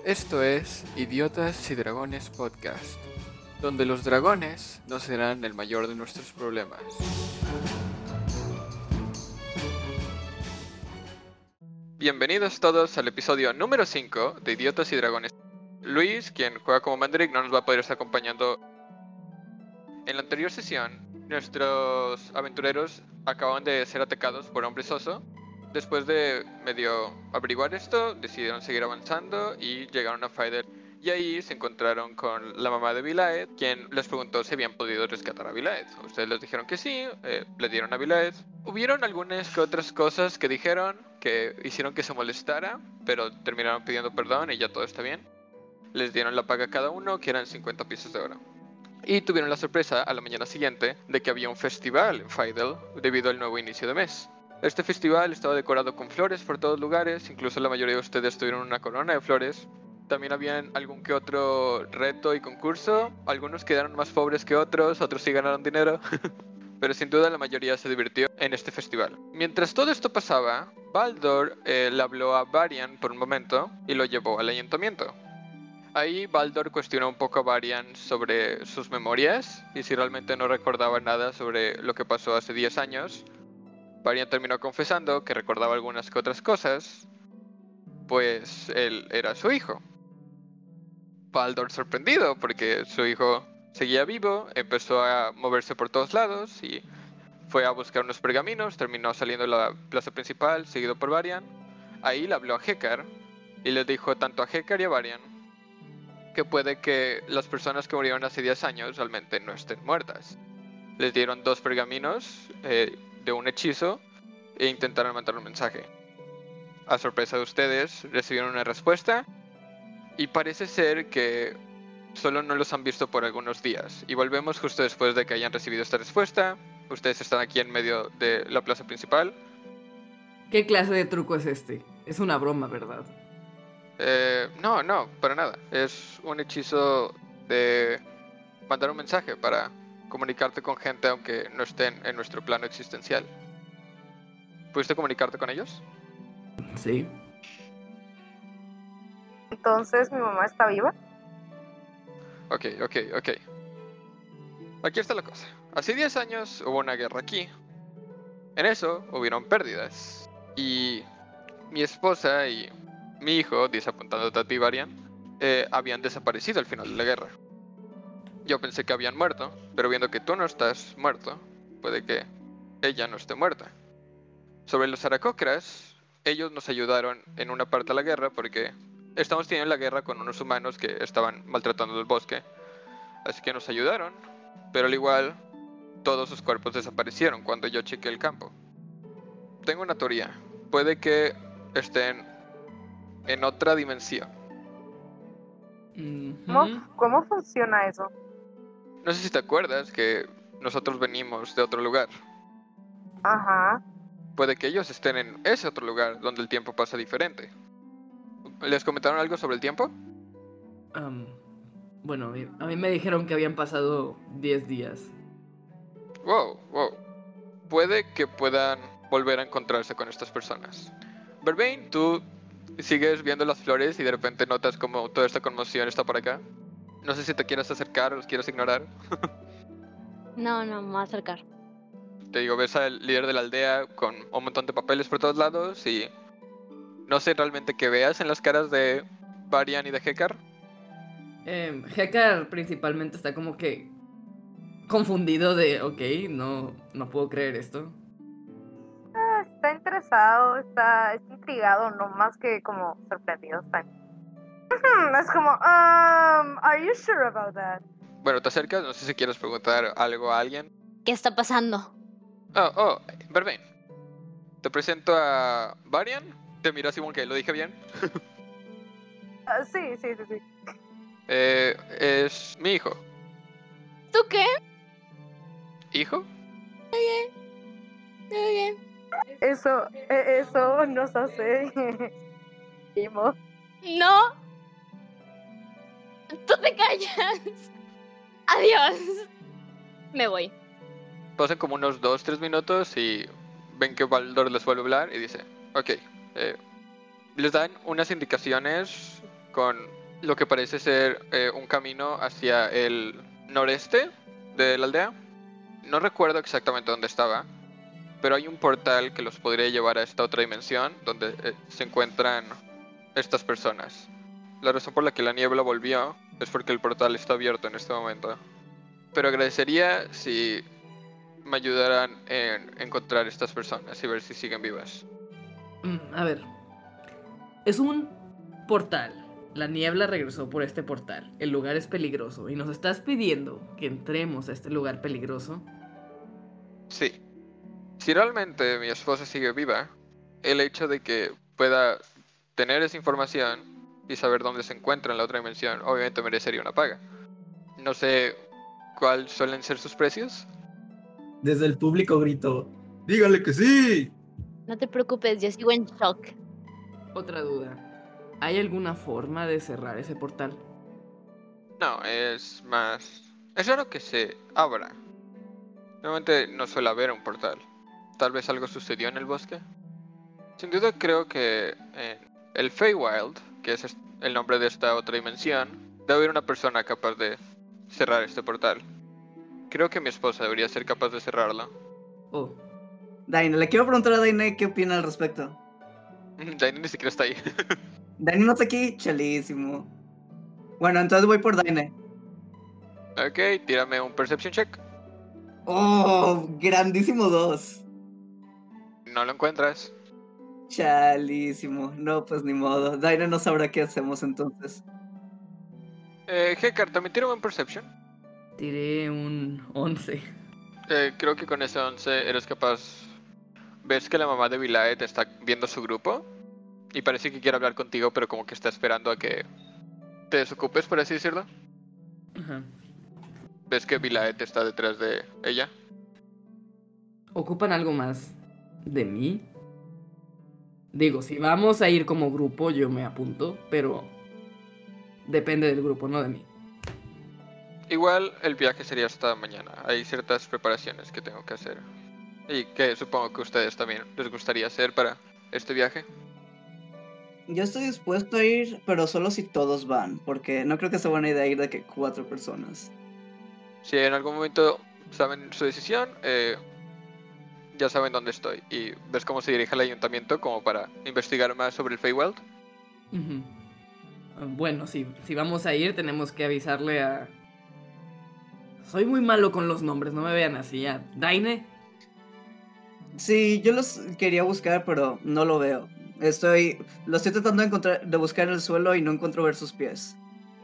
Esto es Idiotas y Dragones Podcast, donde los dragones no serán el mayor de nuestros problemas. Bienvenidos todos al episodio número 5 de Idiotas y Dragones. Luis, quien juega como Mandrick, no nos va a poder estar acompañando. En la anterior sesión, nuestros aventureros acaban de ser atacados por hombres oso. Después de medio averiguar esto, decidieron seguir avanzando y llegaron a Faidel. Y ahí se encontraron con la mamá de Vilaed, quien les preguntó si habían podido rescatar a Vilaed. Ustedes les dijeron que sí, le dieron a Vilaed. Hubieron algunas que otras cosas que dijeron que hicieron que se molestara, pero terminaron pidiendo perdón y ya todo está bien. Les dieron la paga a cada uno, que eran 50 piezas de oro. Y tuvieron la sorpresa a la mañana siguiente de que había un festival en Faidel debido al nuevo inicio de mes. Este festival estaba decorado con flores por todos lugares, incluso la mayoría de ustedes tuvieron una corona de flores. También habían algún que otro reto y concurso, algunos quedaron más pobres que otros sí ganaron dinero, pero sin duda la mayoría se divirtió en este festival. Mientras todo esto pasaba, Baldor le habló a Varian por un momento y lo llevó al ayuntamiento. Ahí Baldor cuestionó un poco a Varian sobre sus memorias y si realmente no recordaba nada sobre lo que pasó hace 10 años. Varian terminó confesando que recordaba algunas que otras cosas, pues él era su hijo. Baldor sorprendido porque su hijo seguía vivo, empezó a moverse por todos lados y fue a buscar unos pergaminos, terminó saliendo de la plaza principal, seguido por Varian. Ahí le habló a Hekar y le dijo tanto a Hekar y a Varian que puede que las personas que murieron hace 10 años realmente no estén muertas. Les dieron 2 pergaminos de un hechizo e intentaron mandar un mensaje. A sorpresa de ustedes, recibieron una respuesta y parece ser que solo no los han visto por algunos días. Y volvemos justo después de que hayan recibido esta respuesta. Ustedes están aquí en medio de la plaza principal. ¿Qué clase de truco es este? Es una broma, ¿verdad? No, para nada. Es un hechizo de mandar un mensaje para comunicarte con gente aunque no estén en nuestro plano existencial. ¿Pudiste comunicarte con ellos? Sí. Entonces, ¿mi mamá está viva? Ok. Aquí está la cosa. Hace 10 años hubo una guerra aquí. En eso hubieron pérdidas. Y mi esposa y mi hijo, dice apuntando a ti, Varian, habían desaparecido al final de la guerra. Yo pensé que habían muerto, pero viendo que tú no estás muerto, puede que ella no esté muerta. Sobre los Aracocras, ellos nos ayudaron en una parte de la guerra porque estamos teniendo la guerra con unos humanos que estaban maltratando el bosque. Así que nos ayudaron, pero al igual, todos sus cuerpos desaparecieron cuando yo chequeé el campo. Tengo una teoría. Puede que estén en otra dimensión. ¿Cómo funciona eso? No sé si te acuerdas que nosotros venimos de otro lugar. Ajá. Puede que ellos estén en ese otro lugar donde el tiempo pasa diferente. ¿Les comentaron algo sobre el tiempo? Bueno, a mí me dijeron que habían pasado 10 días. Wow. Puede que puedan volver a encontrarse con estas personas. Vervain, tú sigues viendo las flores y de repente notas como toda esta conmoción está por acá. No sé si te quieres acercar o los quieres ignorar. No, me voy a acercar. Te digo, ves al líder de la aldea con un montón de papeles por todos lados y no sé realmente qué veas en las caras de Varian y de Hekar. Hekar principalmente está como que confundido de, ok, no puedo creer esto. Está interesado, está intrigado, no más que como sorprendido. Es como, are you sure about that? Bueno, te acercas, no sé si quieres preguntar algo a alguien. ¿Qué está pasando? Vervain. Te presento a Varian. Te miro así como que lo dije bien. Sí. Es mi hijo. ¿Tú qué? ¿Hijo? Muy bien. Eso nos hace. No. Tú te callas. Adiós. Me voy. Pasan como unos 2-3 minutos y ven que Baldor les vuelve a hablar y dice, ok, les dan unas indicaciones con lo que parece ser un camino hacia el noreste de la aldea. No recuerdo exactamente dónde estaba, pero hay un portal que los podría llevar a esta otra dimensión donde se encuentran estas personas. La razón por la que la niebla volvió es porque el portal está abierto en este momento. Pero agradecería si me ayudaran en encontrar estas personas y ver si siguen vivas. A ver. Es un portal. La niebla regresó por este portal. El lugar es peligroso. ¿Y nos estás pidiendo que entremos a este lugar peligroso? Sí. Si realmente mi esposa sigue viva, el hecho de que pueda tener esa información y saber dónde se encuentra en la otra dimensión, obviamente merecería una paga. No sé cuáles suelen ser sus precios. Desde el público gritó: ¡dígale que sí! No te preocupes, yo sigo en shock. Otra duda. ¿Hay alguna forma de cerrar ese portal? No, es raro que se abra. Normalmente no suele haber un portal. Tal vez algo sucedió en el bosque. Sin duda creo que en el Feywild, que es el nombre de esta otra dimensión, debe haber una persona capaz de cerrar este portal. Creo que mi esposa debería ser capaz de cerrarlo. Oh. Daine, le quiero preguntar a Daine qué opina al respecto. Daine ni siquiera está ahí. Daine no está aquí, chalísimo. Bueno, entonces voy por Daine. Ok, tírame un Perception check. Oh, grandísimo 2. No lo encuentras. Chalísimo. No, pues ni modo. Daine no sabrá qué hacemos entonces. Hekar, también tírame un Perception. Tiré un 11. Creo que con ese 11 eres capaz. Ves que la mamá de Vilaet está viendo su grupo y parece que quiere hablar contigo, pero como que está esperando a que te desocupes, por así decirlo. Ajá. Ves que Vilaet está detrás de ella. ¿Ocupan algo más de mí? Digo, si vamos a ir como grupo, yo me apunto, pero depende del grupo, no de mí. Igual el viaje sería hasta mañana. Hay ciertas preparaciones que tengo que hacer. Y que supongo que a ustedes también les gustaría hacer para este viaje. Yo estoy dispuesto a ir, pero solo si todos van, porque no creo que sea buena idea ir de que 4 personas. Si en algún momento saben su decisión, ya saben dónde estoy. Y ves cómo se dirige al ayuntamiento como para investigar más sobre el Feywild. Bueno, si vamos a ir, tenemos que avisarle a... Soy muy malo con los nombres, no me vean así. ¿A Daine? Sí, yo los quería buscar, pero no lo veo. Lo estoy tratando de buscar en el suelo y no encuentro ver sus pies.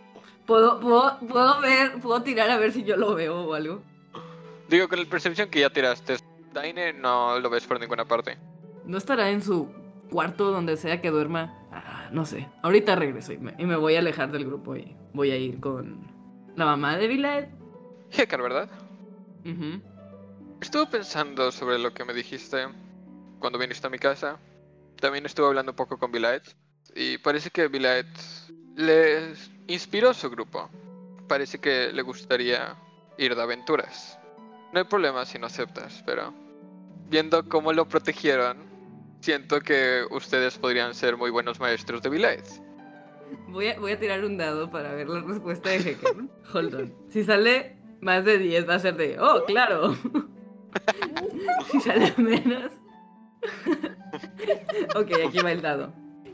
¿Puedo tirar a ver si yo lo veo o algo? Digo, con el Perception que ya tiraste, Daine no lo ves por ninguna parte. ¿No estará en su cuarto donde sea que duerma? No sé. Ahorita regreso y me voy a alejar del grupo y voy a ir con la mamá de Vilaet. Hekar, ¿verdad? Ujú. Estuve pensando sobre lo que me dijiste cuando viniste a mi casa. También estuve hablando un poco con Vilaet. Y parece que Vilaet le inspiró a su grupo. Parece que le gustaría ir de aventuras. No hay problema si no aceptas, pero viendo cómo lo protegieron, siento que ustedes podrían ser muy buenos maestros de Vilaet. Voy a tirar un dado para ver la respuesta de Hecker. Hold on. Si sale más de 10 va a ser de... ¡Oh, claro! Si sale menos... Ok, aquí va el dado.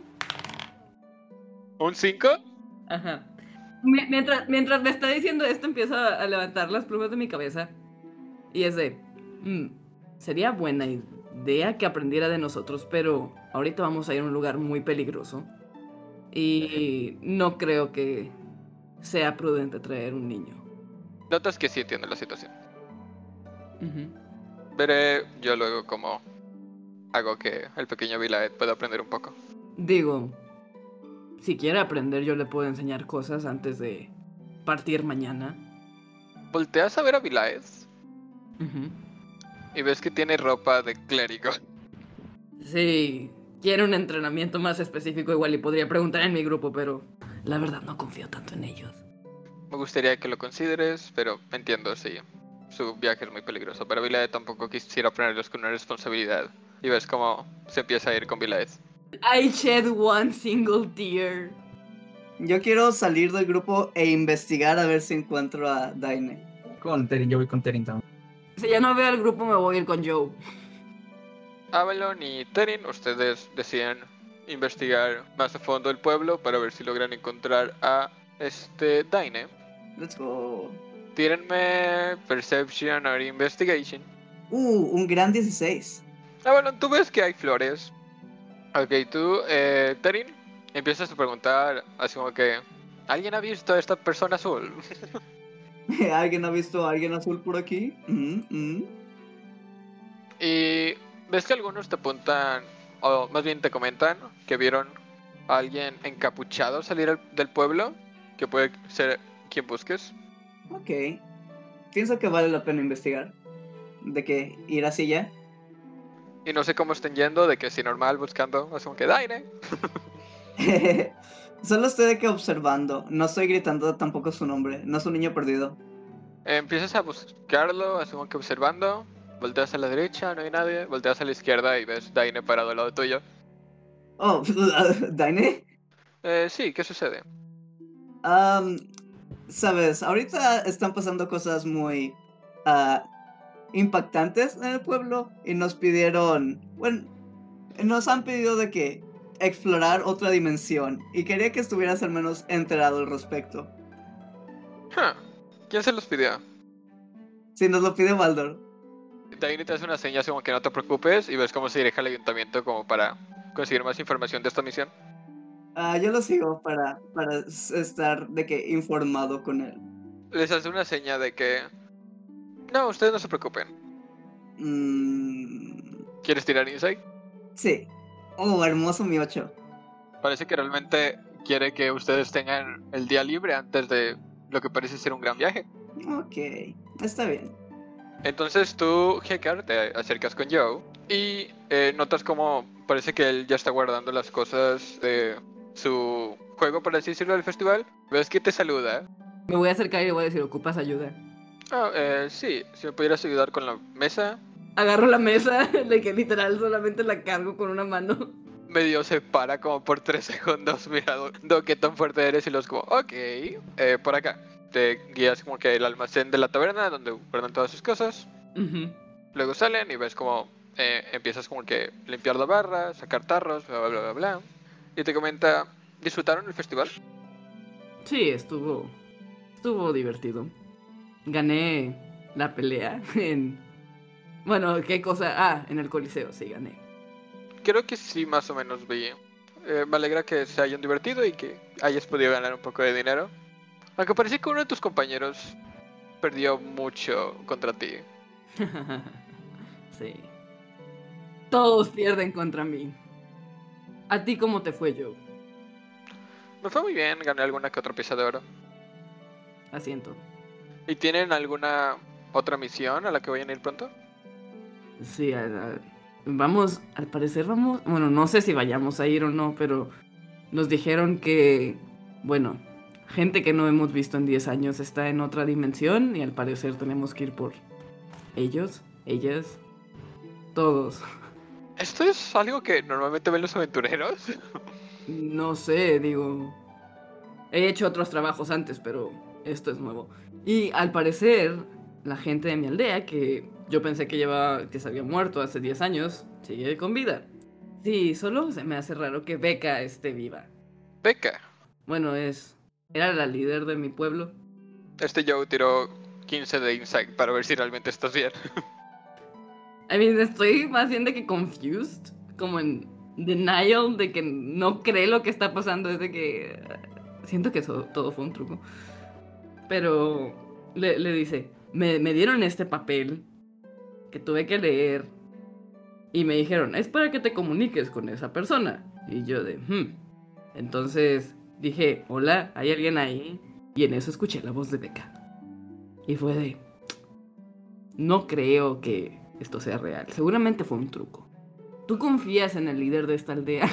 ¿Un 5? Ajá. Mientras me está diciendo esto, empiezo a levantar las plumas de mi cabeza. Y es de... sería buena idea que aprendiera de nosotros, pero ahorita vamos a ir a un lugar muy peligroso. Y no creo que sea prudente traer un niño. Notas que sí entiende la situación. Ujú. Veré yo luego cómo hago que el pequeño Vilaet pueda aprender un poco. Digo, si quiere aprender, yo le puedo enseñar cosas antes de partir mañana. Volteas a ver a Vilaet Ujú. y ves que tiene ropa de clérigo. Sí, quiere un entrenamiento más específico igual y podría preguntar en mi grupo, pero la verdad no confío tanto en ellos. Me gustaría que lo consideres, pero entiendo, sí. Su viaje es muy peligroso, pero Vilaet tampoco quisiera ponerlos con una responsabilidad. Y ves cómo se empieza a ir con Vilaet. I shed one single tear. Yo quiero salir del grupo e investigar a ver si encuentro a Daine. Con Terin, yo voy con Terin también. Si ya no veo al grupo, me voy a ir con Joe. Avalon y Terin, ustedes deciden investigar más a fondo el pueblo para ver si logran encontrar a Daine. Let's go. Tírenme Perception or Investigation. Un gran 16. Avalon, tú ves que hay flores. Ok, tú, Terin, empiezas a preguntar así como que ¿alguien ha visto a esta persona azul? ¿Alguien ha visto a alguien azul por aquí? Y ves que algunos te apuntan, o más bien te comentan, que vieron a alguien encapuchado salir del pueblo, que puede ser quien busques. Ok. Pienso que vale la pena investigar. ¿De qué? ¿Ir hacia allá? Y no sé cómo estén yendo, de que si normal buscando, así como que Daine. Solo estoy de que observando. No estoy gritando tampoco su nombre. No es un niño perdido. Empiezas a buscarlo, así como que observando. Volteas a la derecha, no hay nadie. Volteas a la izquierda y ves Daine parado al lado tuyo. Oh, ¿Daine? Sí, ¿qué sucede? Sabes, ahorita están pasando cosas muy impactantes en el pueblo y nos han pedido de que explorar otra dimensión y quería que estuvieras al menos enterado al respecto. ¿Quién se los pidió? Si nos lo pide Baldor. Daine te hace una seña así como que no te preocupes y ves cómo se dirige al ayuntamiento como para conseguir más información de esta misión. Yo lo sigo para estar de que informado con él. Les hace una seña de que no, ustedes no se preocupen. ¿Quieres tirar insight? Sí. Oh, hermoso mi 8. Parece que realmente quiere que ustedes tengan el día libre antes de lo que parece ser un gran viaje. Ok, está bien. Entonces tú, Hekar, te acercas con Joe y notas como parece que él ya está guardando las cosas de su juego, por así decirlo, del festival. Ves que te saluda. Me voy a acercar y le voy a decir, ¿ocupas ayuda? Sí, si me pudieras ayudar con la mesa. Agarro la mesa, de que literal solamente la cargo con una mano. Medio se para como por 3 segundos mirando qué tan fuerte eres y los como, ok, por acá. Te guías como que el almacén de la taberna donde guardan todas sus cosas. Luego salen y ves como empiezas como que limpiar la barra, sacar tarros, bla bla bla bla bla. Y te comenta, ¿disfrutaron el festival? Sí, estuvo divertido. Gané la pelea en... Bueno, ¿qué cosa? En el Coliseo, sí, gané. Creo que sí, más o menos vi. Me alegra que se hayan divertido y que hayas podido ganar un poco de dinero. Aunque parece que uno de tus compañeros perdió mucho contra ti. Sí. Todos pierden contra mí. ¿A ti cómo te fue, Joe? Me fue muy bien, gané alguna que otra pieza de oro. Asiento. ¿Y tienen alguna otra misión a la que vayan a ir pronto? Sí, vamos, al parecer vamos... Bueno, no sé si vayamos a ir o no, pero nos dijeron que... Bueno, gente que no hemos visto en 10 años está en otra dimensión y al parecer tenemos que ir por ellos, ellas, todos. ¿Esto es algo que normalmente ven los aventureros? No sé, digo... He hecho otros trabajos antes, pero esto es nuevo. Y al parecer, la gente de mi aldea, que yo pensé que se había muerto hace 10 años, sigue con vida. Sí, solo se me hace raro que Becca esté viva. ¿Becca? Bueno, era la líder de mi pueblo. Joe tiró 15 de insight para ver si realmente estás bien. I mean, estoy más bien de que confused, como en denial, de que no cree lo que está pasando, es de que siento que eso todo fue un truco. Pero le dice, me dieron este papel que tuve que leer y me dijeron, es para que te comuniques con esa persona. Y yo Entonces dije, hola, ¿hay alguien ahí? Y en eso escuché la voz de Becca. Y fue de, no creo que esto sea real. Seguramente fue un truco. ¿Tú confías en el líder de esta aldea?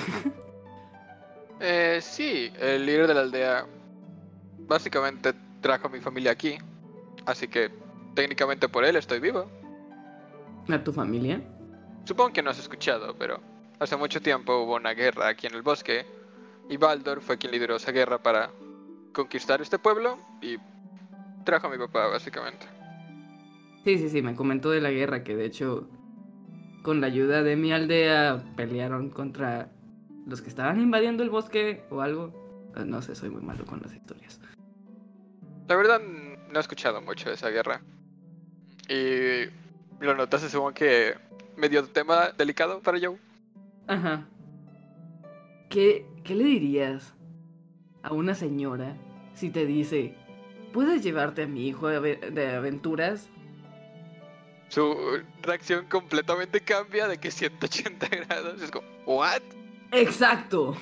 Sí, el líder de la aldea básicamente trajo a mi familia aquí. Así que técnicamente por él estoy vivo. ¿A tu familia? Supongo que no has escuchado, pero hace mucho tiempo hubo una guerra aquí en el bosque Y Baldur fue quien lideró esa guerra para conquistar este pueblo y trajo a mi papá, básicamente. Sí, me comentó de la guerra, que de hecho, con la ayuda de mi aldea, pelearon contra los que estaban invadiendo el bosque o algo. No sé, soy muy malo con las historias. La verdad, no he escuchado mucho de esa guerra. Y lo notas, supongo que medio tema delicado para Joe. Ajá. ¿Qué le dirías a una señora si te dice, ¿puedes llevarte a mi hijo de aventuras? Su reacción completamente cambia de que 180 grados. Es como, ¿what? ¡Exacto!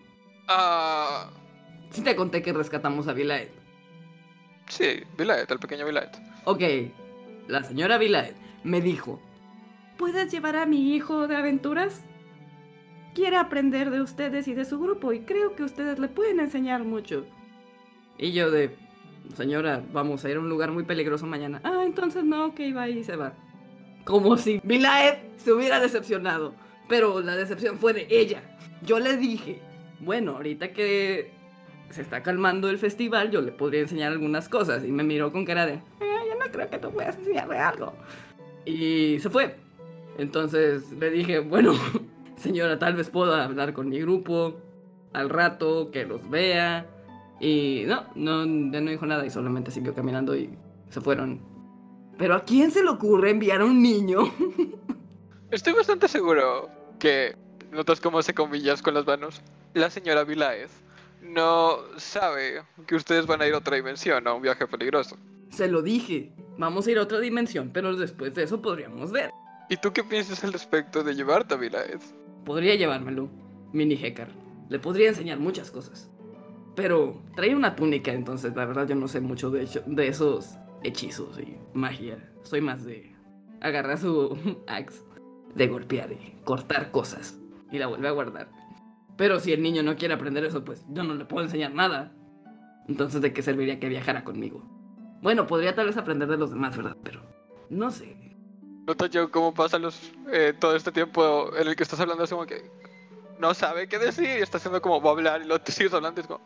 Ah, Sí te conté que rescatamos a Vilaed. sí, Vilaet, el pequeño Vilaet. Ok, la señora Vilaed me dijo, ¿puedes llevar a mi hijo de aventuras? Quiere aprender de ustedes y de su grupo y creo que ustedes le pueden enseñar mucho. Y yo de, señora, vamos a ir a un lugar muy peligroso mañana. Ah, entonces no, ok, va y se va. Como si Vilaed se hubiera decepcionado. Pero la decepción fue de ella. Yo le dije, bueno, ahorita que se está calmando el festival, yo le podría enseñar algunas cosas. Y me miró con cara de, yo no creo que tú puedas enseñarle algo. Y se fue. Entonces le dije, bueno, señora, tal vez pueda hablar con mi grupo al rato, que los vea. Y no dijo nada y solamente siguió caminando y se fueron. Pero ¿a quién se le ocurre enviar a un niño? Estoy bastante seguro que notas cómo se comillas con las manos. La señora Vilaez no sabe que ustedes van a ir a otra dimensión, a un viaje peligroso. Se lo dije, vamos a ir a otra dimensión, pero después de eso podríamos ver. ¿Y tú qué piensas al respecto de llevarte a Vilaez? Podría llevármelo, mini Hekar. Le podría enseñar muchas cosas. Pero trae una túnica, entonces la verdad yo no sé mucho de esos hechizos y magia. Soy más de agarrar su axe, de golpear y cortar cosas y la vuelve a guardar. Pero si el niño no quiere aprender eso, pues yo no le puedo enseñar nada. Entonces, ¿de qué serviría que viajara conmigo? Bueno, podría tal vez aprender de los demás, ¿verdad? Pero no sé. Nota yo cómo pasa todo este tiempo en el que estás hablando, es como que no sabe qué decir y está haciendo como va a hablar y luego te sigues hablando y es como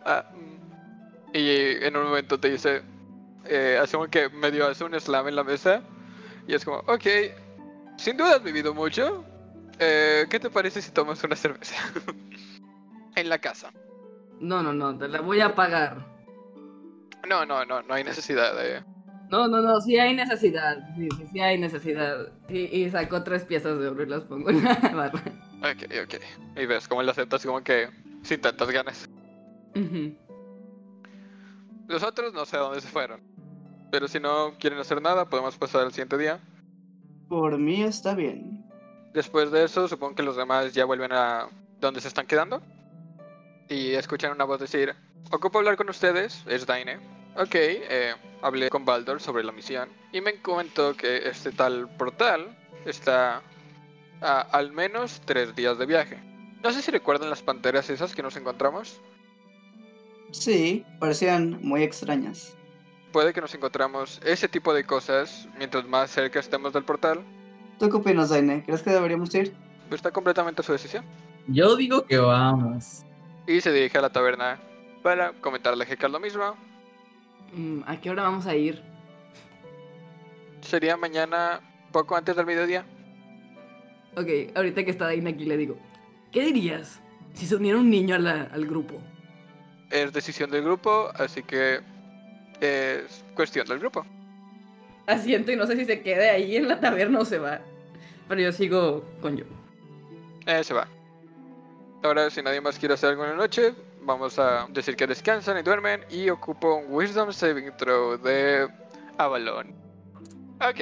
Y en un momento te dice, hace como que medio hace un slam en la mesa y es como, ok, sin duda has vivido mucho, ¿qué te parece si tomas una cerveza? En la casa. No, te la voy a pagar. No hay necesidad de... No, sí hay necesidad. Sí hay necesidad. Y saco 3 piezas de oro y las pongo en la barra. Ok. Y ves cómo él aceptas como que sin tantas ganas. Ujú. Los otros no sé a dónde se fueron. Pero si no quieren hacer nada, podemos pasar al siguiente día. Por mí está bien. Después de eso, supongo que los demás ya vuelven a donde se están quedando. Y escuchan una voz decir, ocupo hablar con ustedes, es Daine. Ok, hablé con Baldur sobre la misión. Y me comentó que este tal portal está a al menos 3 días de viaje. No sé si recuerdan las panteras esas que nos encontramos. Sí, parecían muy extrañas. Puede que nos encontramos ese tipo de cosas mientras más cerca estemos del portal. ¿Tú qué opinas, Daine? ¿Crees que deberíamos ir? Está completamente a su decisión. Yo digo que vamos. Y se dirige a la taberna para comentarle a Hekar lo mismo. ¿A qué hora vamos a ir? Sería mañana, poco antes del mediodía. Ok, ahorita que está Daina aquí le digo, ¿qué dirías si se uniera un niño al grupo? Es decisión del grupo, así que es cuestión del grupo. Asiento y no sé si se quede ahí en la taberna o se va. Pero yo sigo con yo. Se va. Ahora, si nadie más quiere hacer algo en la noche, vamos a decir que descansan y duermen. Y ocupo un Wisdom Saving Throw de Avalon. Ok.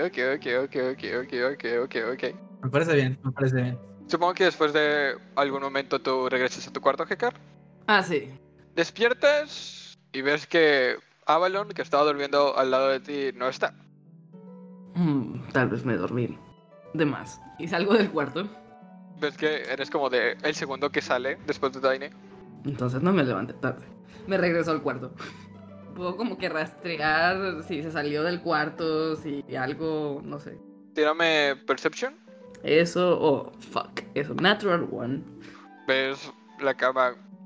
Me parece bien. Supongo que después de algún momento tú regresas a tu cuarto, Hekar. Ah, sí. Despiertas y ves que Avalon, que estaba durmiendo al lado de ti, no está. Tal vez me dormí de más. Y salgo del cuarto. Ves que eres como de el segundo que sale después de Daine. Entonces no me levanté tarde. Me regreso al cuarto. Puedo como que rastrear si se salió del cuarto, si algo, no sé. Tírame Perception. Eso, fuck. Eso, natural one. Ves la cama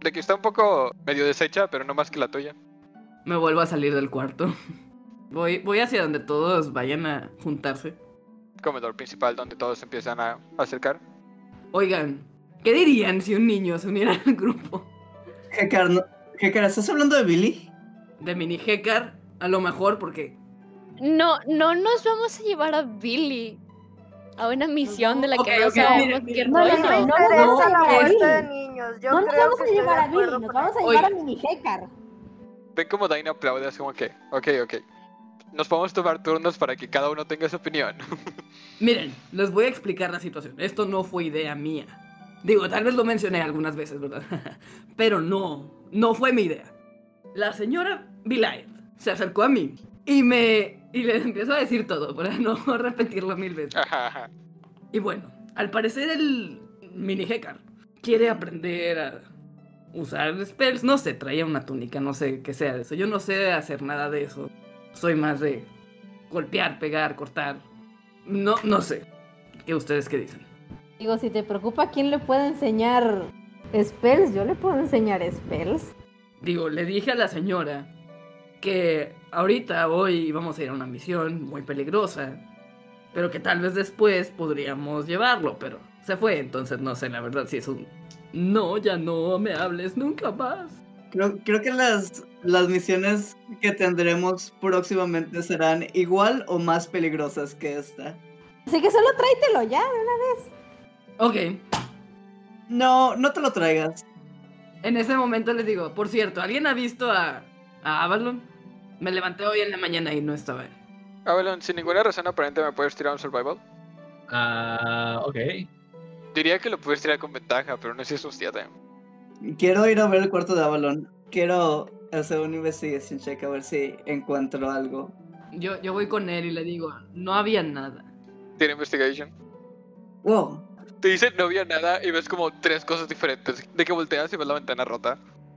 De que está un poco medio deshecha, pero no más que la tuya. Me vuelvo a salir del cuarto. Voy hacia donde todos vayan a juntarse. Comedor principal donde todos se empiezan a acercar. Oigan, ¿qué dirían si un niño se uniera al grupo? Hekar, ¿estás hablando de Billy? De mini Hekar, a lo mejor porque... No nos vamos a llevar a Billy a una misión de la Ok, que no ok, sabemos miren, qué No les rollo. interesa la no, muerte de Billy. niños. Yo No nos creo vamos que a estoy llevar de a Billy, acuerdo nos con vamos a eso. llevar a Oiga. Mini Hekar. Ven como Daina aplaude, así como que, ok. Nos podemos tomar turnos para que cada uno tenga su opinión. Miren, les voy a explicar la situación. Esto no fue idea mía. Digo, tal vez lo mencioné algunas veces, ¿verdad? Pero no fue mi idea. La señora Vilaed se acercó a mí y le empiezo a decir todo para no repetirlo 1000 veces. Ajá. Y bueno, al parecer el mini Hekar quiere aprender a usar spells. No sé, traía una túnica, no sé qué sea de eso. Yo no sé hacer nada de eso. Soy más de golpear, pegar, cortar. No sé. ¿Ustedes qué dicen? Digo, si te preocupa quién le puede enseñar spells, yo le puedo enseñar spells. Digo, le dije a la señora que ahorita, hoy, vamos a ir a una misión muy peligrosa, pero que tal vez después podríamos llevarlo, pero se fue, entonces no sé, la verdad, si es un... No, ya no me hables nunca más. Creo que las misiones que tendremos próximamente serán igual o más peligrosas que esta. Así que solo tráetelo ya, de una vez. Ok, No te lo traigas. en ese momento les digo, por cierto, ¿alguien ha visto a Avalon? Me levanté hoy en la mañana y no estaba él. Avalon, sin ninguna razón aparente me puedes tirar un survival. Ok. Diría que lo puedes tirar con ventaja, pero no sé si es un 7. Quiero ir a ver el cuarto de Avalon. Quiero hacer un investigation check a ver si encuentro algo. Yo voy con él y le digo, no había nada. Tiene investigation. Wow. Te dice no había nada y ves como 3 cosas diferentes. De que volteas y ves la ventana rota.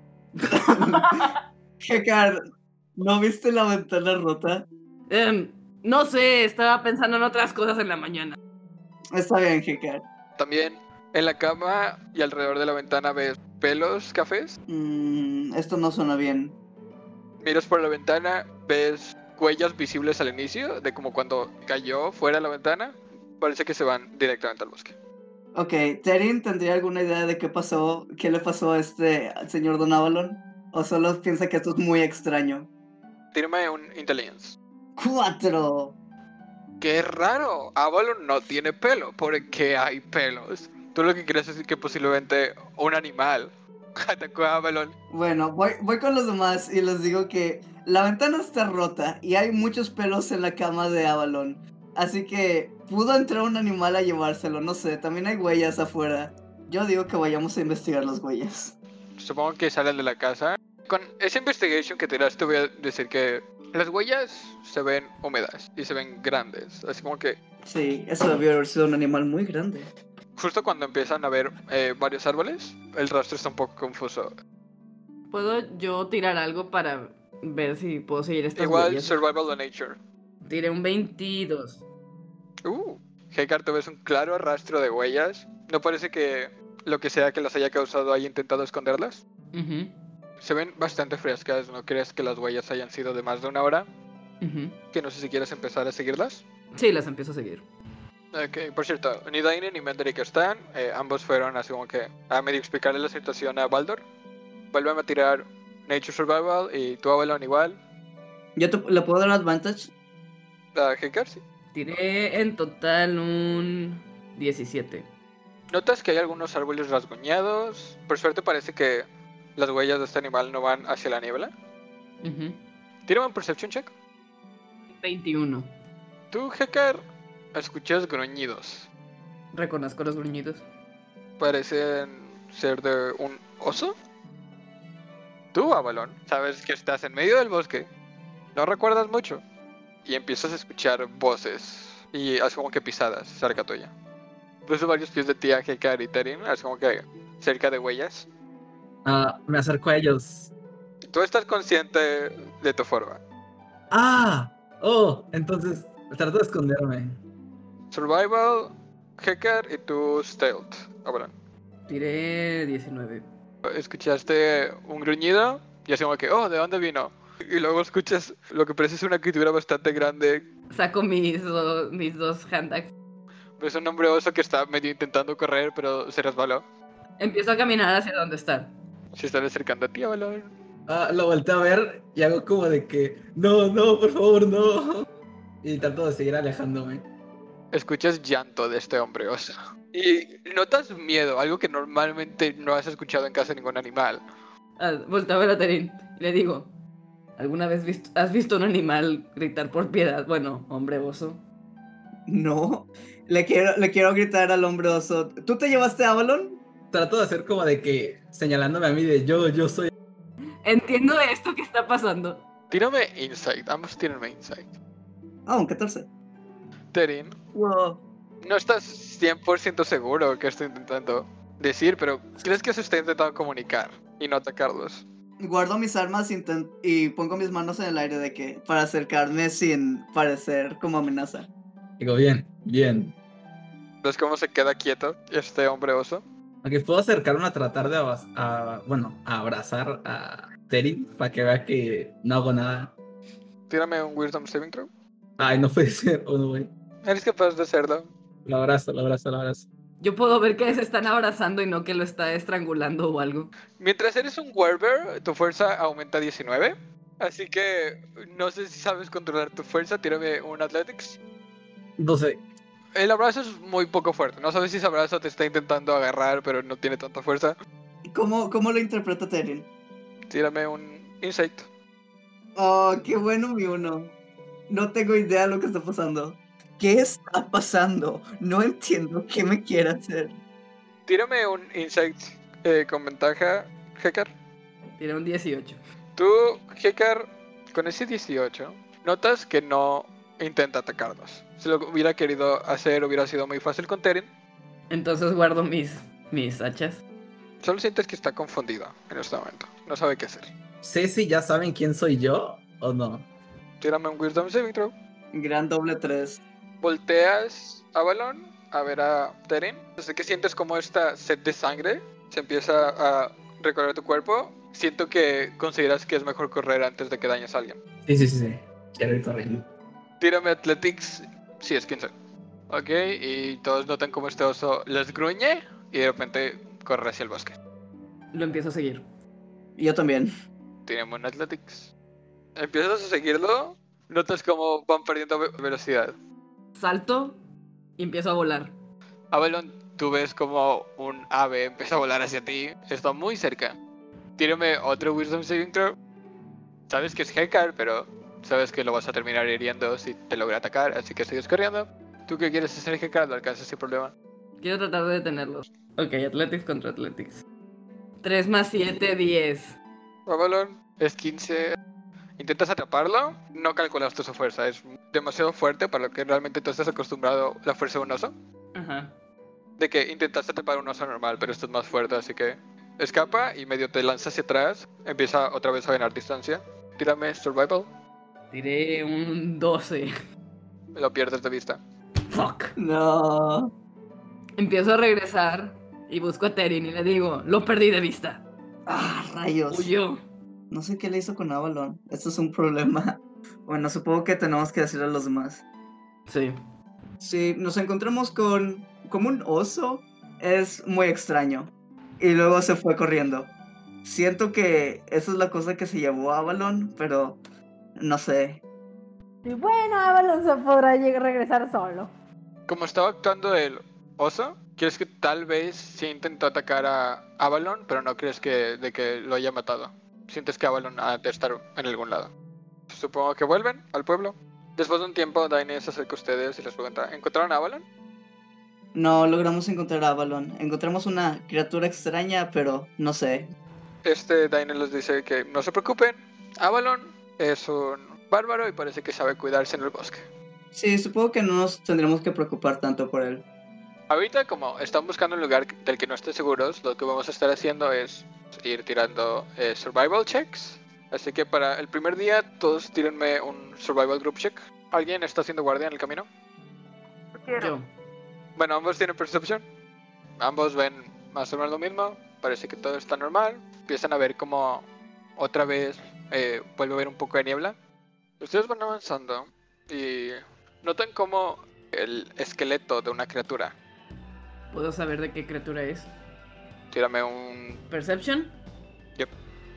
Hekar, ¿no viste la ventana rota? No sé, estaba pensando en otras cosas en la mañana. Está bien, Hekar. También en la cama y alrededor de la ventana ves pelos cafés. Esto no suena bien. Miras por la ventana, ves huellas visibles al inicio de como cuando cayó fuera de la ventana. Parece que se van directamente al bosque. Ok, ¿Terin tendría alguna idea de qué pasó? ¿Qué le pasó a este señor Don Avalon? ¿O solo piensa que esto es muy extraño? Tírame un intelligence. 4. ¡Qué raro! Avalon no tiene pelo. ¿Por qué hay pelos? Tú lo que crees es que posiblemente un animal atacó a Avalon. Bueno, voy con los demás y les digo que la ventana está rota y hay muchos pelos en la cama de Avalon. Así que pudo entrar un animal a llevárselo, no sé, también hay huellas afuera. Yo digo que vayamos a investigar las huellas. Supongo que salen de la casa. Con esa investigation que tiraste voy a decir que las huellas se ven húmedas y se ven grandes. Así como que Sí, eso debió haber sido un animal muy grande. justo cuando empiezan a ver varios árboles, el rastro está un poco confuso. ¿Puedo yo tirar algo para ver si puedo seguir estas Igual huellas? survival of nature. Tiré un 22. Hekar, tú ves un claro rastro de huellas. No parece que lo que sea que las haya causado haya intentado esconderlas. Ujú, Se ven bastante frescas. ¿No crees que las huellas hayan sido de más de una hora? ujú. Que no sé si quieres empezar a seguirlas. Sí, las empiezo a seguir. Ok, por cierto, ni Daine ni Mendrick están. Ambos fueron así como que a medio explicarle la situación a Baldor. Vuelven a tirar Nature Survival y tú, Avalon, igual. ¿Yo le puedo dar advantage? A Hekar, sí. Tiré en total un 17. Notas que hay algunos árboles rasguñados. Por suerte parece que las huellas de este animal no van hacia la niebla. Ujú. Tírame un Perception check. 21. Tú, Hekar, escuchas gruñidos. Reconozco los gruñidos. Parecen ser de un oso. Tú, Avalon, sabes que estás en medio del bosque. No recuerdas mucho. Y empiezas a escuchar voces. Y así como que pisadas cerca tuya. Ves varios pies de ti a Hekar y Terin, así como que cerca de huellas. Me acerco a ellos. Tú estás consciente de tu forma. Entonces trato de esconderme. Survival, Hekar y tu Stealth, Avalon. Tiré 19. Escuchaste un gruñido y así como que, oh, ¿de dónde vino? Y luego escuchas lo que parece ser una criatura bastante grande. Saco mis dos handags. Ves un hombre oso que está medio intentando correr, pero se resbaló. Empiezo a caminar hacia donde está. Se están acercando a ti, Avalon. Lo volteo a ver y hago como de que, no, por favor, no. Y trato de seguir alejándome. Escuchas llanto de este hombre oso. Y notas miedo, algo que normalmente no has escuchado en casa de ningún animal. Volteo a ver a Terin y le digo, ¿alguna vez has visto un animal gritar por piedad? Bueno, hombre oso. No, le quiero gritar al hombre oso. ¿Tú te llevaste a Avalon? Trato de hacer como de que, señalándome a mí de yo soy. Entiendo esto que está pasando. Tírame Insight, ambos tírenme Insight. Un 14. Terin, Wow. no estás 100% seguro que estoy intentando decir, pero ¿crees que se está intentando comunicar y no atacarlos? Guardo mis armas y pongo mis manos en el aire de que para acercarme sin parecer como amenaza. Digo, bien. ¿Ves cómo se queda quieto este hombre oso? Aunque puedo acercarme a tratar de abrazar a Terin para que vea que no hago nada. Tírame un Wisdom Saving Throw. Ay, no puede ser, no, güey. ¿Eres capaz de hacerlo? Lo abrazo. Yo puedo ver que se están abrazando y no que lo está estrangulando o algo. Mientras eres un Werber, tu fuerza aumenta 19. Así que no sé si sabes controlar tu fuerza. Tírame un Athletics. 12. El abrazo es muy poco fuerte. No sabes si ese abrazo te está intentando agarrar, pero no tiene tanta fuerza. ¿Cómo lo interpreta Terin? Tírame un Insight. Oh, qué bueno mi uno. No tengo idea de lo que está pasando. ¿Qué está pasando? No entiendo qué me quiere hacer. Tírame un Insight con ventaja, Hekar. Tiene un 18. Tú, Hekar, con ese 18, notas que no intenta atacarlos. Si lo hubiera querido hacer, hubiera sido muy fácil con Terin. Entonces guardo mis hachas. Solo sientes que está confundido en este momento. No sabe qué hacer. Sé si ya saben quién soy yo o no. Tírame un Wisdom Saving Throw. Gran doble 3. Volteas a Avalon a ver a Terin. Desde que sientes como esta sed de sangre se empieza a recorrer tu cuerpo, siento que consideras que es mejor correr antes de que dañes a alguien. Sí. Quiero ir corriendo. Tírame Athletics. Sí, es 15. Ok, y todos notan como este oso les gruñe y de repente corre hacia el bosque. Lo empiezo a seguir. Yo también. Tírame un Athletics. Empiezas a seguirlo, notas como van perdiendo velocidad. Salto y empiezo a volar. Avalon, tú ves como un ave empieza a volar hacia ti. Está muy cerca. Tírame otro Wisdom Saving Throw. Sabes que es Hekar, pero sabes que lo vas a terminar hiriendo si te logra atacar, así que sigues corriendo. ¿Tú qué quieres hacer, Hekar? Lo alcanzas sin problema. Quiero tratar de detenerlos. Ok, Athletics contra Athletics. 3 más 7, 10. Avalon, es 15. Intentas atraparlo, no calculaste su fuerza. Es demasiado fuerte para lo que realmente tú estás acostumbrado a la fuerza de un oso. Ajá. De que intentaste atrapar un oso normal, pero esto es más fuerte, así que escapa y medio te lanza hacia atrás. Empieza otra vez a ganar distancia. Tírame Survival. Tiré un 12. Lo pierdes de vista. Fuck. No. Empiezo a regresar y busco a Terin y le digo, lo perdí de vista. Rayos. Huyó. No sé qué le hizo con Avalon. Esto es un problema. Bueno, supongo que tenemos que decirle a los demás. Sí. Si nos encontramos con como un oso, es muy extraño. Y luego se fue corriendo. Siento que esa es la cosa que se llevó a Avalon, pero no sé. Y bueno, Avalon se podrá regresar solo. Como estaba actuando el oso, crees que tal vez sí intentó atacar a Avalon, pero no crees que lo haya matado. Sientes que Avalon ha de estar en algún lado. Supongo que vuelven al pueblo. Después de un tiempo, Daine se acerca a ustedes y les pregunta, ¿encontraron a Avalon? No logramos encontrar a Avalon. Encontramos una criatura extraña, pero no sé. Daine les dice que no se preocupen. Avalon es un bárbaro y parece que sabe cuidarse en el bosque. Sí, supongo que no nos tendremos que preocupar tanto por él. Ahorita, como están buscando un lugar del que no estén seguros, lo que vamos a estar haciendo es ir tirando survival checks. Así que para el primer día, todos tírenme un survival group check. ¿Alguien está haciendo guardia en el camino? Yo. Bueno, ambos tienen percepción. Ambos ven más o menos lo mismo. parece que todo está normal. Empiezan a ver como otra vez vuelve a haber un poco de niebla. Ustedes van avanzando y notan como el esqueleto de una criatura. ¿Puedo saber de qué criatura es? Tírame un... ¿Perception? Yep.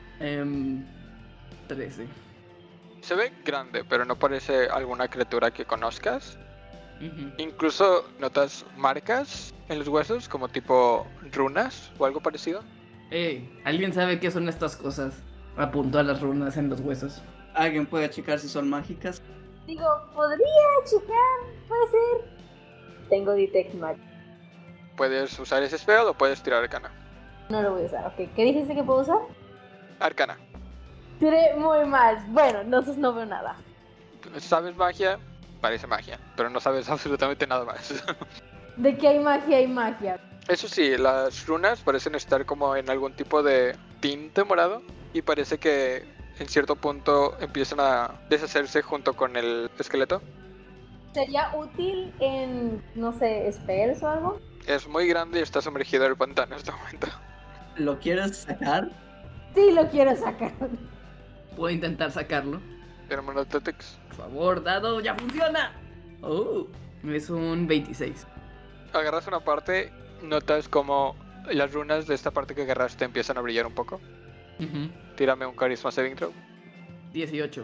13. Se ve grande, pero no parece alguna criatura que conozcas. Ujú. Incluso notas marcas en los huesos, como tipo runas o algo parecido. ¿Alguien sabe qué son estas cosas? Apunto a las runas en los huesos. ¿Alguien puede checar si son mágicas? Digo, podría checar, puede ser. Tengo Detect Magic. Puedes usar ese spell o puedes tirar arcana. No lo voy a usar, ok. ¿Qué dijiste que puedo usar? Arcana. Tiré muy mal. Bueno, entonces no veo nada. ¿Sabes magia? Parece magia, pero no sabes absolutamente nada más. De que hay magia. Eso sí, las runas parecen estar como en algún tipo de tinte morado y parece que en cierto punto empiezan a deshacerse junto con el esqueleto. ¿Sería útil en, no sé, spells o algo? Es muy grande y está sumergido en el pantano en este momento. ¿Lo quieres sacar? Sí, lo quiero sacar. ¿Puedo intentar sacarlo? Tenemos un Athletics. Por favor, dado, ya funciona. Oh, es un 26. Agarras una parte, notas como las runas de esta parte que agarraste empiezan a brillar un poco. Ujú. Tírame un Charisma Saving Throw. 18.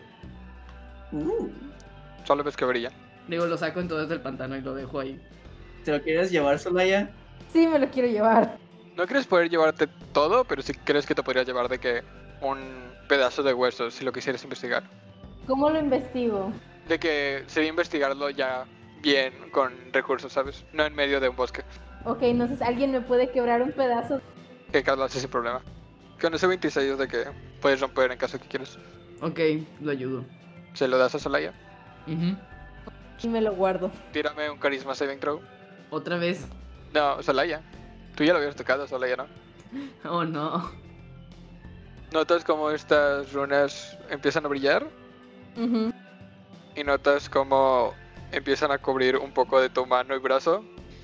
Solo ves que brilla. Digo, lo saco entonces del pantano y lo dejo ahí. ¿Te lo quieres llevar, Solaya? Sí, me lo quiero llevar. No crees poder llevarte todo, pero sí crees que te podrías llevar de que un pedazo de hueso si lo quisieras investigar. ¿Cómo lo investigo? De que sería investigarlo ya bien con recursos, ¿sabes? No en medio de un bosque. Ok, entonces alguien me puede quebrar un pedazo. Que Carlos hace sin problema. Con ese 26 es de que puedes romper en caso que quieras. Ok, lo ayudo. Se lo das a Solaya. Ujú. Y me lo guardo. Tírame un Charisma Saving Throw. Otra vez. No, Solaya. Tú ya lo habías tocado, Solaya, ¿no? Oh no. Notas como estas runas empiezan a brillar Ujú. y notas como empiezan a cubrir un poco de tu mano y brazo.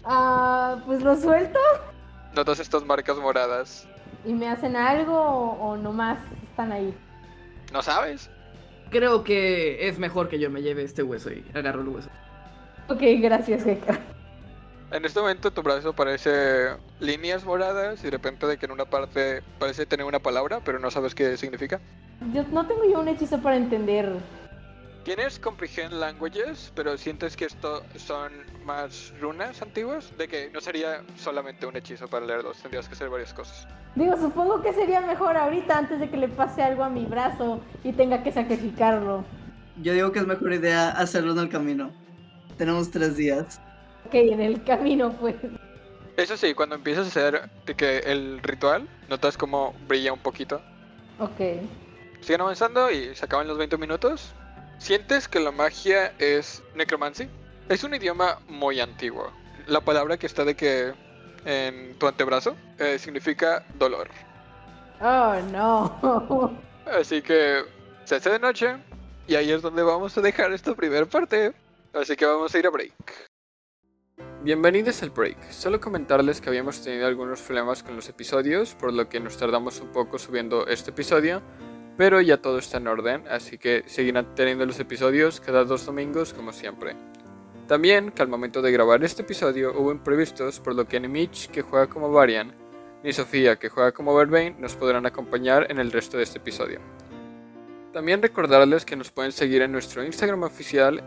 Pues lo suelto. Notas estas marcas moradas. ¿Y me hacen algo o nomás están ahí? ¿No sabes? Creo que es mejor que yo me lleve este hueso y agarro el hueso. Ok, gracias, Gekka. En este momento tu brazo parece líneas moradas y de repente de que en una parte parece tener una palabra, pero no sabes qué significa. Yo no tengo yo un hechizo para entender. Tienes Comprehend Languages, pero sientes que esto son más runas antiguas, de que no sería solamente un hechizo para leerlos, tendrías que hacer varias cosas. Digo, supongo que sería mejor ahorita antes de que le pase algo a mi brazo y tenga que sacrificarlo. Yo digo que es mejor idea hacerlo en el camino. Tenemos 3 días. Ok, en el camino pues. Eso sí, cuando empiezas a hacer de que el ritual, notas como brilla un poquito. Ok. Siguen avanzando y se acaban los 20 minutos. Sientes que la magia es necromancy. Es un idioma muy antiguo. La palabra que está de que en tu antebrazo significa dolor. Oh, no. Así que se hace de noche y ahí es donde vamos a dejar esta primera parte. Así que vamos a ir a break. Bienvenidos al break. Solo comentarles que habíamos tenido algunos problemas con los episodios, por lo que nos tardamos un poco subiendo este episodio. Pero ya todo está en orden, así que seguirán teniendo los episodios cada 2 domingos como siempre. También que al momento de grabar este episodio hubo imprevistos, por lo que ni Mitch, que juega como Varian, ni Sofía, que juega como Vervain, nos podrán acompañar en el resto de este episodio. También recordarles que nos pueden seguir en nuestro Instagram oficial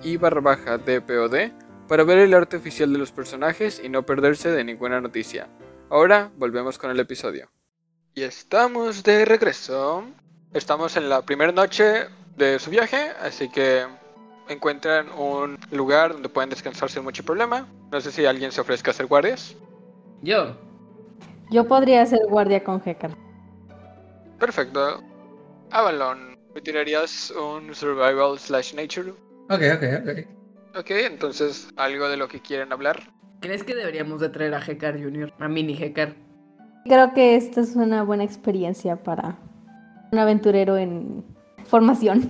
/DPOD para ver el arte oficial de los personajes y no perderse de ninguna noticia. Ahora volvemos con el episodio. Y estamos de regreso. Estamos en la primera noche de su viaje, así que encuentran un lugar donde pueden descansar sin mucho problema. No sé si alguien se ofrezca a hacer guardias. Yo. Yo podría ser guardia con Gekka. Perfecto. Avalon, ¿me tirarías un survival / nature? Ok. Ok, entonces, ¿algo de lo que quieren hablar? ¿Crees que deberíamos de traer a Gekar Jr., a Mini Gekar? Creo que esta es una buena experiencia para un aventurero en formación.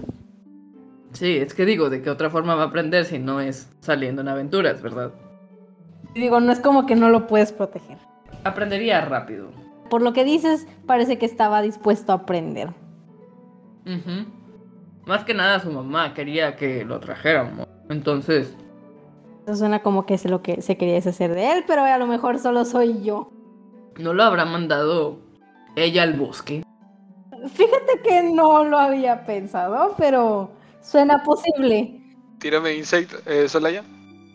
Sí, es que digo, ¿de qué otra forma va a aprender si no es saliendo en aventuras, verdad? Digo, no es como que no lo puedes proteger. Aprendería rápido. por lo que dices, parece que estaba dispuesto a aprender. Ujú. Más que nada su mamá quería que lo trajéramos. Entonces, Eso suena como que es lo que se quería deshacer de él, pero a lo mejor solo soy yo. ¿no lo habrá mandado ella al bosque? Fíjate que no lo había pensado, pero suena posible. Tírame Insight, Solaya.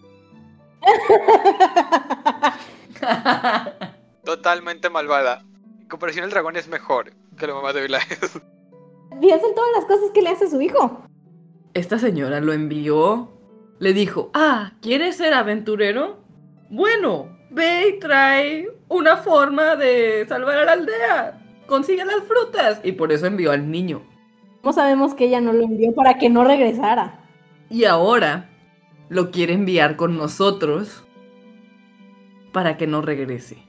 Totalmente malvada. En comparación, el dragón es mejor que la mamá de Vilaez. Piensa en todas las cosas que le hace a su hijo. Esta señora lo envió. Le dijo, ¿quieres ser aventurero? Bueno, ve y trae una forma de salvar a la aldea. Consigue las frutas. Y por eso envió al niño. ¿Cómo sabemos que ella no lo envió para que no regresara? Y ahora lo quiere enviar con nosotros para que no regrese.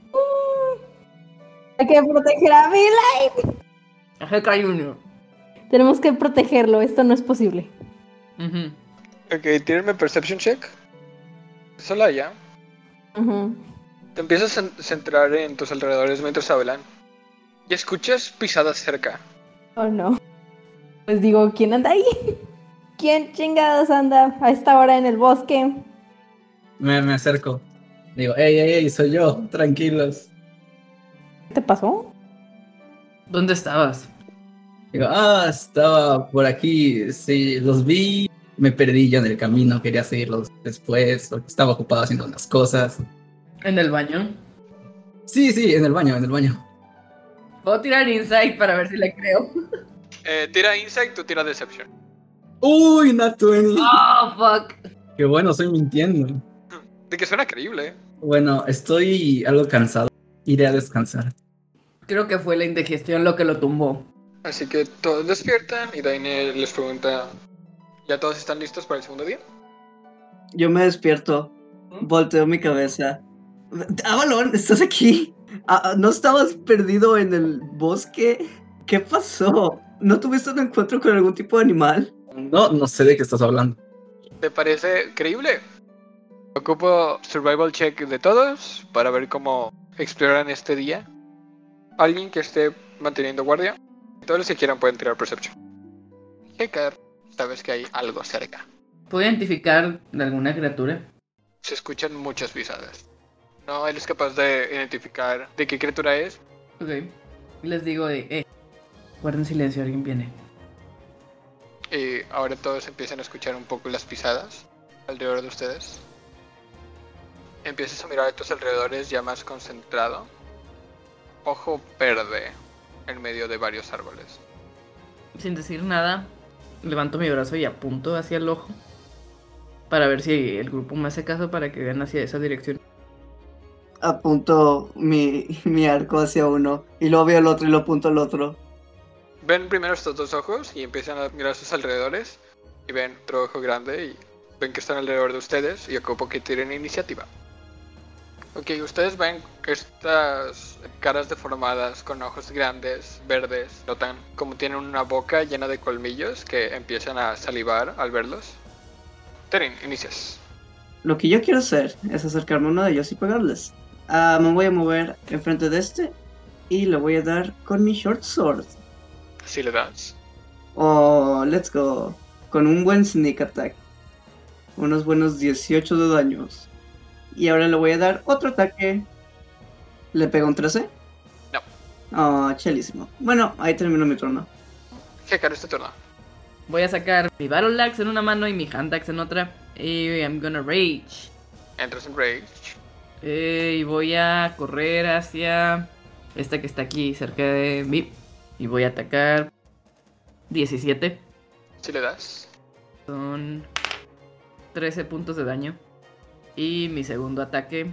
Hay que proteger a Billy. Ajá, Junior. Tenemos que protegerlo, esto no es posible. Ujú. Ok, tírame Perception check. Solaya, Ujú. te empiezas a centrar en tus alrededores mientras hablan. Y escuchas pisadas cerca. Oh no. Pues digo, ¿quién anda ahí? ¿Quién chingados anda a esta hora en el bosque? Me acerco. Digo, hey, soy yo, tranquilos. ¿Qué te pasó? ¿Dónde estabas? Digo, estaba por aquí, sí, los vi, me perdí yo en el camino, quería seguirlos después, porque estaba ocupado haciendo unas cosas. ¿En el baño? Sí, en el baño. Puedo tirar insight para ver si le creo. Tira Insight, tú tira Deception. Uy, Nat 20. Oh, fuck. Qué bueno, estoy mintiendo. De que suena creíble. Bueno, estoy algo cansado, iré a descansar. Creo que fue la indigestión lo que lo tumbó. Así que todos despiertan y Daine les pregunta, ¿ya todos están listos para el segundo día? Yo me despierto, volteo mi cabeza. Avalon, ¿estás aquí? ¿No estabas perdido en el bosque? ¿Qué pasó? ¿No tuviste un encuentro con algún tipo de animal? No sé de qué estás hablando. ¿Te parece creíble? Ocupo survival check de todos para ver cómo exploran este día. Alguien que esté manteniendo guardia. Todos los que quieran pueden tirar Perception. Hekar, sabes que hay algo cerca. ¿Puedo identificar de alguna criatura? Se escuchan muchas pisadas. No eres capaz de identificar de qué criatura es. Ok. Les digo guarden silencio, alguien viene. Y ahora todos empiezan a escuchar un poco las pisadas alrededor de ustedes. Empiezas a mirar a tus alrededores ya más concentrado. Ojo verde en medio de varios árboles. Sin decir nada, levanto mi brazo y apunto hacia el ojo. Para ver si el grupo me hace caso para que vean hacia esa dirección. Apunto mi arco hacia uno y luego veo el otro y lo apunto al otro. Ven primero estos dos ojos y empiezan a mirar a sus alrededores. Y ven otro ojo grande y ven que están alrededor de ustedes y ocupo que tiren iniciativa. Ok, ustedes ven estas caras deformadas con ojos grandes, verdes. Notan como tienen una boca llena de colmillos que empiezan a salivar al verlos. Terin, inicias. Lo que yo quiero hacer es acercarme a uno de ellos y pegarles. Me voy a mover enfrente de este y le voy a dar con mi short sword. Si le das. Oh, let's go. Con un buen sneak attack. Unos buenos 18 de daños. Y ahora le voy a dar otro ataque. ¿Le pego un 13? No. Oh, chelísimo. Bueno, ahí termino mi turno. Hekar, este turno. Voy a sacar mi Battle Axe en una mano y mi Hand Axe en otra. Y I'm gonna rage. Entras en rage. Y voy a correr hacia esta que está aquí cerca de mí. Y voy a atacar 17. Si le das. Son 13 puntos de daño. Y mi segundo ataque,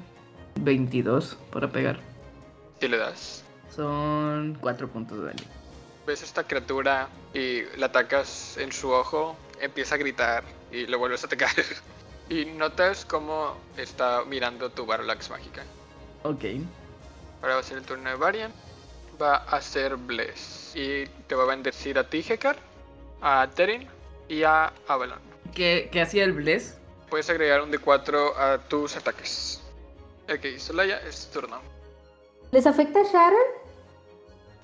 22 para pegar. Si le das. Son 4 puntos de daño. Ves esta criatura y la atacas en su ojo. Empieza a gritar y lo vuelves a atacar. Y notas cómo está mirando tu Battle Axe mágica. Ok. Ahora va a ser el turno de Varian. Va a ser Bless. Y te va a bendecir a ti, Hekar, a Terin y a Avalon. ¿Qué hacía el Bless? Puedes agregar un D4 a tus ataques. Ok, Solaya, es tu turno. ¿Les afecta a Sharon?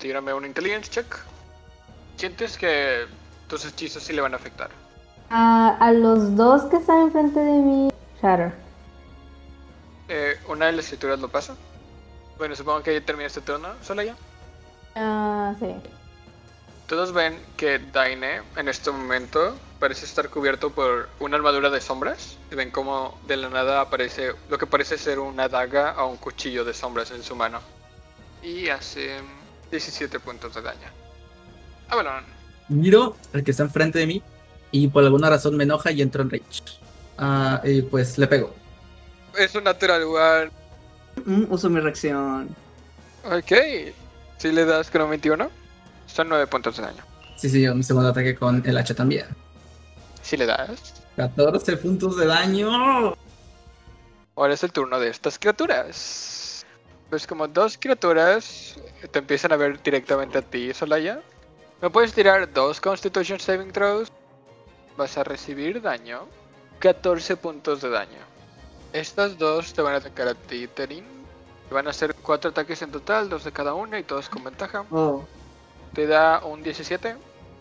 Tírame un intelligence check. Sientes que tus hechizos sí le van a afectar. A los dos que están enfrente de mí, Shatter. Una de las escrituras lo pasa. Bueno, supongo que ya termina este turno, Solaya. Sí. Todos ven que Daine en este momento parece estar cubierto por una armadura de sombras. Y ven como de la nada aparece lo que parece ser una daga o un cuchillo de sombras en su mano. Y hace 17 puntos de daño. Bueno. Miro al que está enfrente de mí y por alguna razón me enoja y entro en rage. Y pues le pego. Es un natural one. Uso mi reacción. Ok. Si le das con un 21, son 9 puntos de daño. Sí, mi segundo ataque con el hacha también. Si le das. 14 puntos de daño. Ahora es el turno de estas criaturas. Pues como dos criaturas te empiezan a ver directamente a ti, Solaya. Me puedes tirar 2 Constitution Saving Throws. Vas a recibir daño. 14 puntos de daño. Estas dos te van a atacar a ti, Terin. Van a hacer 4 ataques en total, 2 de cada una y todos con ventaja. Oh. Te da un 17.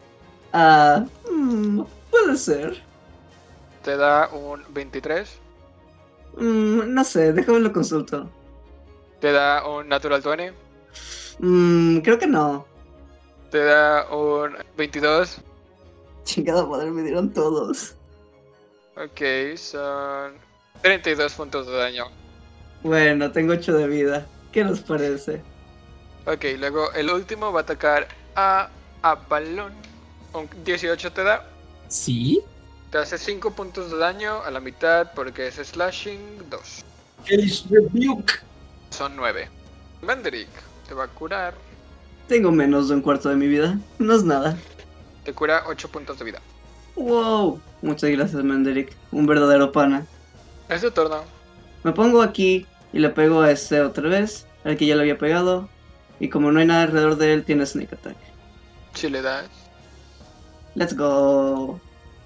Puede ser. Te da un 23. No sé, déjame lo consulto. Te da un Natural 20. Creo que no. Te da un 22. Chingada madre, me dieron todos. Ok, son 32 puntos de daño. Bueno, tengo 8 de vida. ¿Qué nos parece? Ok, luego el último va a atacar a Avalon. Un 18 te da. ¿Sí? Te hace 5 puntos de daño a la mitad porque es slashing 2. Hellish Rebuke. Son 9. Vendrick te va a curar. Tengo menos de un cuarto de mi vida. No es nada. Te cura 8 puntos de vida. Wow. Muchas gracias, Menderick. Un verdadero pana. Es tu turno. Me pongo aquí y le pego a ese otra vez, al que ya le había pegado. Y como no hay nada alrededor de él, tiene sneak attack. Si le das. Let's go.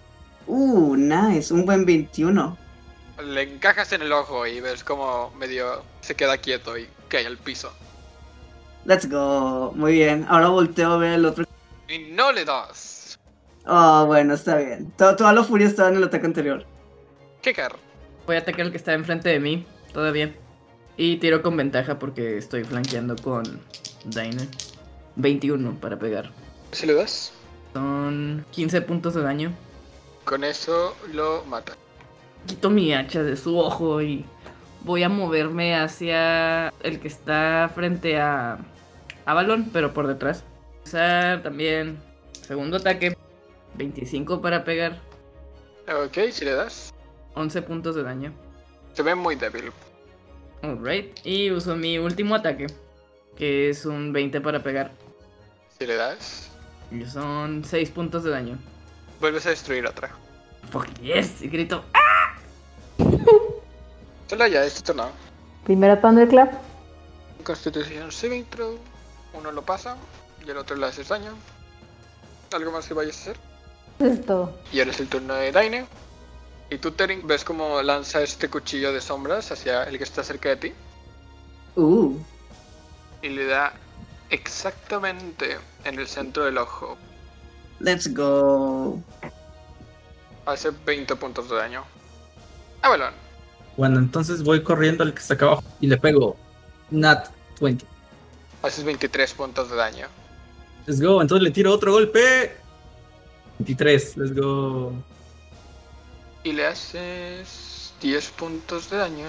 Nice. Un buen 21. Le encajas en el ojo y ves como medio se queda quieto y cae al piso. Let's go. Muy bien. Ahora volteo a ver el otro. Y no le das. Oh, bueno, está bien. Toda la furia estaba en el ataque anterior. Kicker. Voy a atacar al que está enfrente de mí, todavía. Y tiro con ventaja porque estoy flanqueando con Daine. 21 para pegar. Si le das. Son 15 puntos de daño. Con eso lo mata. Quito mi hacha de su ojo y voy a moverme hacia el que está frente a Avalon, pero por detrás. Usar también segundo ataque. 25 para pegar. Ok, si le das. 11 puntos de daño. Se ve muy débil. Alright. Y uso mi último ataque, que es un 20 para pegar. Si le das. Y son 6 puntos de daño. Vuelves a destruir otra. Fuck yes. Y grito. Solo ya, es tu turno. Primero Thunderclap. Constitución saving throw. Uno lo pasa y el otro le haces daño. ¿Algo más que vayas a hacer? Eso es todo. Y ahora es el turno de Daine. Y tú, Terin, ves cómo lanza este cuchillo de sombras hacia el que está cerca de ti. Y le da exactamente en el centro del ojo. Let's go. Hace 20 puntos de daño. Avalon. Bueno, entonces voy corriendo al que está acá abajo y le pego. Nat 20. Haces 23 puntos de daño. Let's go, entonces le tiro otro golpe. 23, let's go. Y le haces 10 puntos de daño.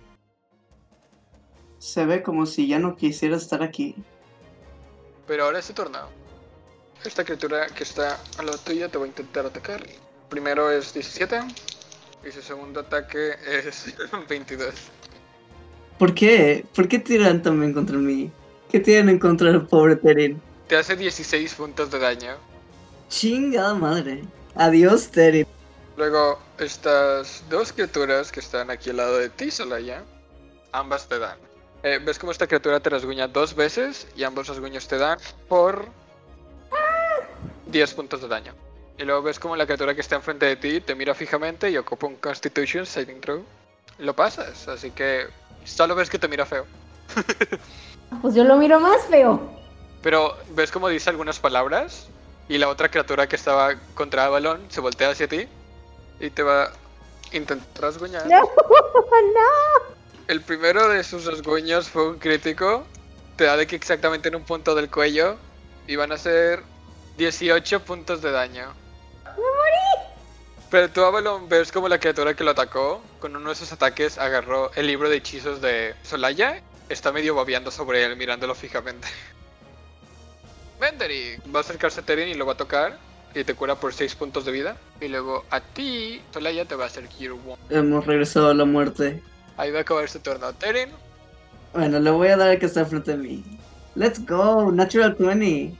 Se ve como si ya no quisiera estar aquí. Pero ahora es tu turno. Esta criatura que está a la tuya te va a intentar atacar. Primero es 17. Y su segundo ataque es 22. ¿Por qué? ¿Por qué tiran también contra mí? ¿Qué tienen en contra del pobre Terin? Te hace 16 puntos de daño. Chingada madre. Adiós, Terin. Luego, estas dos criaturas que están aquí al lado de ti, Solaya, ambas te dan. ¿Ves cómo esta criatura te rasguña 2 veces? Y ambos rasguños te dan por 10 puntos de daño. Y luego ves como la criatura que está enfrente de ti te mira fijamente y ocupa un Constitution Saving Throw. Lo pasas, así que solo ves que te mira feo. Pues yo lo miro más feo. Pero ves como dice algunas palabras y la otra criatura que estaba contra Avalon se voltea hacia ti y te va a intentar rasguñar. No, no. El primero de sus rasguños fue un crítico. Te da de que exactamente en un punto del cuello y van a ser 18 puntos de daño. ¡Me morí! Pero tú, Avalon, ves como la criatura que lo atacó, con uno de sus ataques agarró el libro de hechizos de Solaya. Está medio babeando sobre él, mirándolo fijamente. Venderick va a acercarse a Terin y lo va a tocar. Y te cura por 6 puntos de vida. Y luego a ti, Solaya, te va a hacer Cure Wound. Hemos regresado a la muerte. Ahí va a acabar su turno. Terin, Bueno, le voy a dar al que está enfrente de mí. Let's go, natural 20.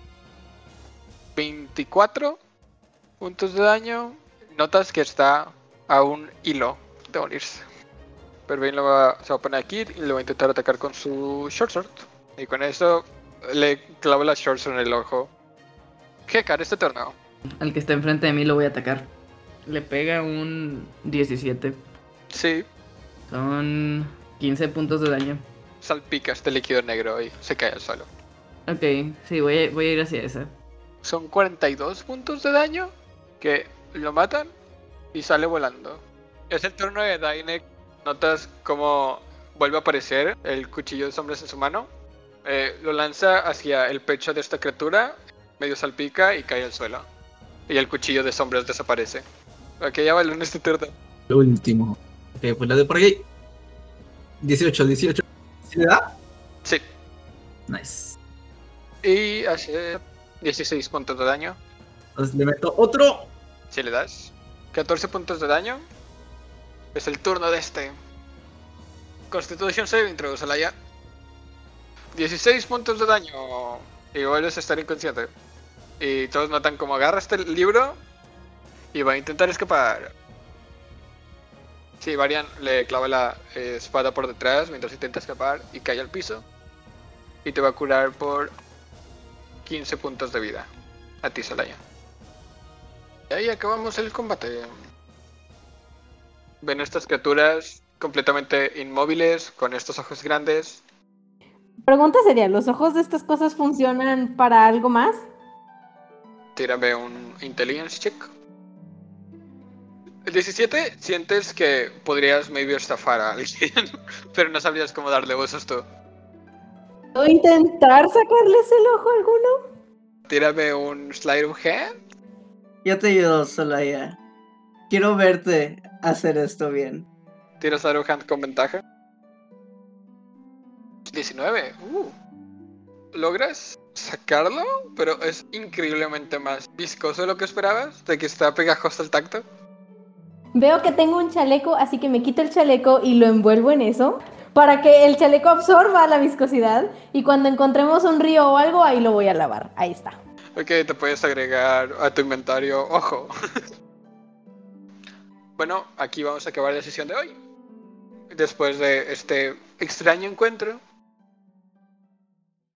24 puntos de daño. Notas que está a un hilo de morirse. Pervin se va a poner aquí y le va a intentar atacar con su Short Sword. Y con eso le clava la Short Sword en el ojo. Hekar, este turno. Al que está enfrente de mí lo voy a atacar. Le pega un 17. Sí, Son 15 puntos de daño. salpica este líquido negro y se cae al suelo. Ok, sí, voy a ir hacia esa. Son 42 puntos de daño que lo matan y sale volando. Es el turno de Dainek. Notas cómo vuelve a aparecer el cuchillo de sombras en su mano. Lo lanza hacia el pecho de esta criatura, medio salpica y cae al suelo. Y el cuchillo de sombras desaparece. Ok, ya vale en este turno. Lo último. Ok, pues la de por aquí. 18. ¿Sí le da? Sí. Nice. Y hace 16 puntos de daño. Entonces le meto otro. Si le das 14 puntos de daño. Es el turno de este. Constitution Save, introdúcela ya. 16 puntos de daño. Y vuelves a estar inconsciente. Y todos notan como agarra este libro y va a intentar escapar. Sí, Varian le clava la espada por detrás mientras intenta escapar y cae al piso. Y te va a curar por 15 puntos de vida. A ti, Solaya. Y ahí acabamos el combate. Ven estas criaturas completamente inmóviles, con estos ojos grandes. Pregunta sería, ¿los ojos de estas cosas funcionan para algo más? Tírame un intelligence check. El 17, sientes que podrías maybe estafar a alguien, pero no sabrías cómo darle usos tú. ¿O intentar sacarles el ojo a alguno? Tírame un slide of hand. Yo te ayudo, Solaya. Quiero verte hacer esto bien. Tira slide of hand con ventaja. 19. ¿Logras sacarlo? Pero es increíblemente más viscoso de lo que esperabas, de que está pegajoso al tacto. Veo que tengo un chaleco, así que me quito el chaleco y lo envuelvo en eso para que el chaleco absorba la viscosidad y cuando encontremos un río o algo, ahí lo voy a lavar. Ahí está. Ok, te puedes agregar a tu inventario ojo. Bueno, aquí vamos a acabar la sesión de hoy. Después de este extraño encuentro